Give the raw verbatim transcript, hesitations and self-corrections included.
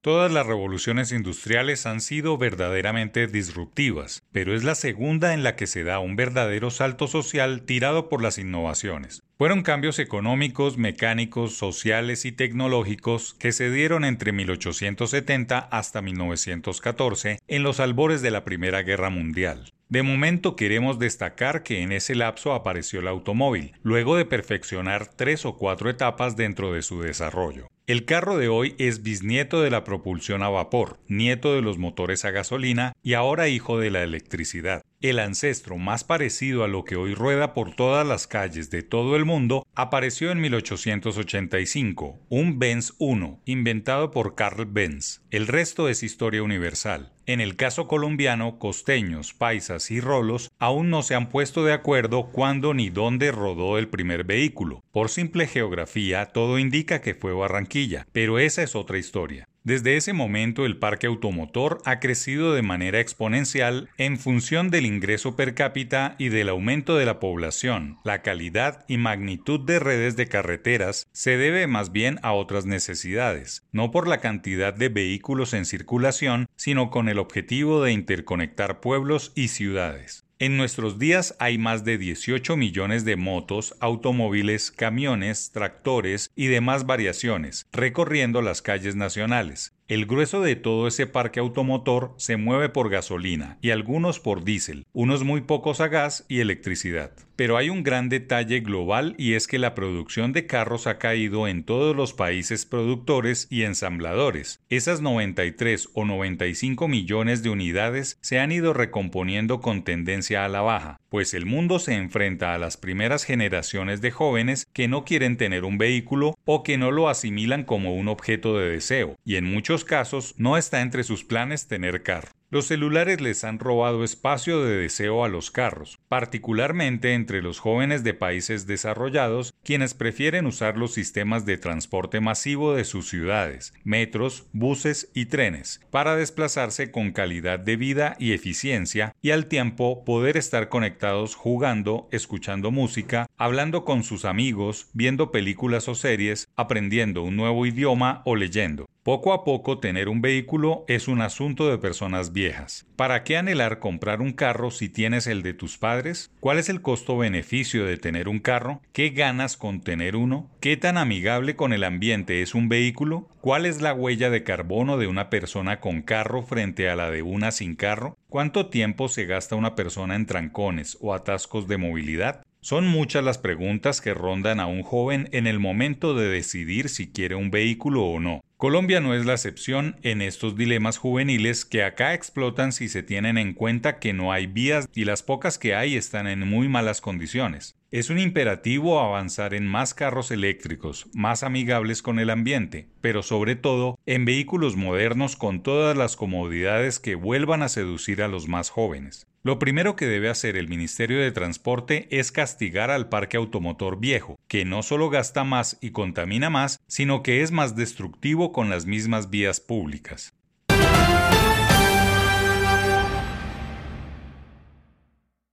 Todas las revoluciones industriales han sido verdaderamente disruptivas, pero es la segunda en la que se da un verdadero salto social tirado por las innovaciones. Fueron cambios económicos, mecánicos, sociales y tecnológicos que se dieron entre mil ochocientos setenta hasta mil novecientos catorce en los albores de la Primera Guerra Mundial. De momento queremos destacar que en ese lapso apareció el automóvil, luego de perfeccionar tres o cuatro etapas dentro de su desarrollo. El carro de hoy es bisnieto de la propulsión a vapor, nieto de los motores a gasolina y ahora hijo de la electricidad. El ancestro más parecido a lo que hoy rueda por todas las calles de todo el mundo apareció en mil ochocientos ochenta y cinco, un Benz uno, inventado por Carl Benz. El resto es historia universal. En el caso colombiano, costeños, paisas y rolos aún no se han puesto de acuerdo cuándo ni dónde rodó el primer vehículo. Por simple geografía, todo indica que fue Barranquilla, pero esa es otra historia. Desde ese momento el parque automotor ha crecido de manera exponencial en función del ingreso per cápita y del aumento de la población. La calidad y magnitud de redes de carreteras se debe más bien a otras necesidades, no por la cantidad de vehículos en circulación, sino con el objetivo de interconectar pueblos y ciudades. En nuestros días hay más de dieciocho millones de motos, automóviles, camiones, tractores y demás variaciones, recorriendo las calles nacionales. El grueso de todo ese parque automotor se mueve por gasolina y algunos por diésel, unos muy pocos a gas y electricidad. Pero hay un gran detalle global y es que la producción de carros ha caído en todos los países productores y ensambladores. Esas noventa y tres o noventa y cinco millones de unidades se han ido recomponiendo con tendencia a la baja, pues el mundo se enfrenta a las primeras generaciones de jóvenes que no quieren tener un vehículo o que no lo asimilan como un objeto de deseo, y en muchos casos no está entre sus planes tener carro. Los celulares les han robado espacio de deseo a los carros, particularmente entre los jóvenes de países desarrollados, quienes prefieren usar los sistemas de transporte masivo de sus ciudades, metros, buses y trenes, para desplazarse con calidad de vida y eficiencia, y al tiempo poder estar conectados jugando, escuchando música, hablando con sus amigos, viendo películas o series, aprendiendo un nuevo idioma o leyendo. Poco a poco tener un vehículo es un asunto de personas viejas. ¿Para qué anhelar comprar un carro si tienes el de tus padres? ¿Cuál es el costo-beneficio de tener un carro? ¿Qué ganas con tener uno? ¿Qué tan amigable con el ambiente es un vehículo? ¿Cuál es la huella de carbono de una persona con carro frente a la de una sin carro? ¿Cuánto tiempo se gasta una persona en trancones o atascos de movilidad? Son muchas las preguntas que rondan a un joven en el momento de decidir si quiere un vehículo o no. Colombia no es la excepción en estos dilemas juveniles que acá explotan si se tienen en cuenta que no hay vías y las pocas que hay están en muy malas condiciones. Es un imperativo avanzar en más carros eléctricos, más amigables con el ambiente, pero sobre todo en vehículos modernos con todas las comodidades que vuelvan a seducir a los más jóvenes. Lo primero que debe hacer el Ministerio de Transporte es castigar al parque automotor viejo, que no solo gasta más y contamina más, sino que es más destructivo con las mismas vías públicas.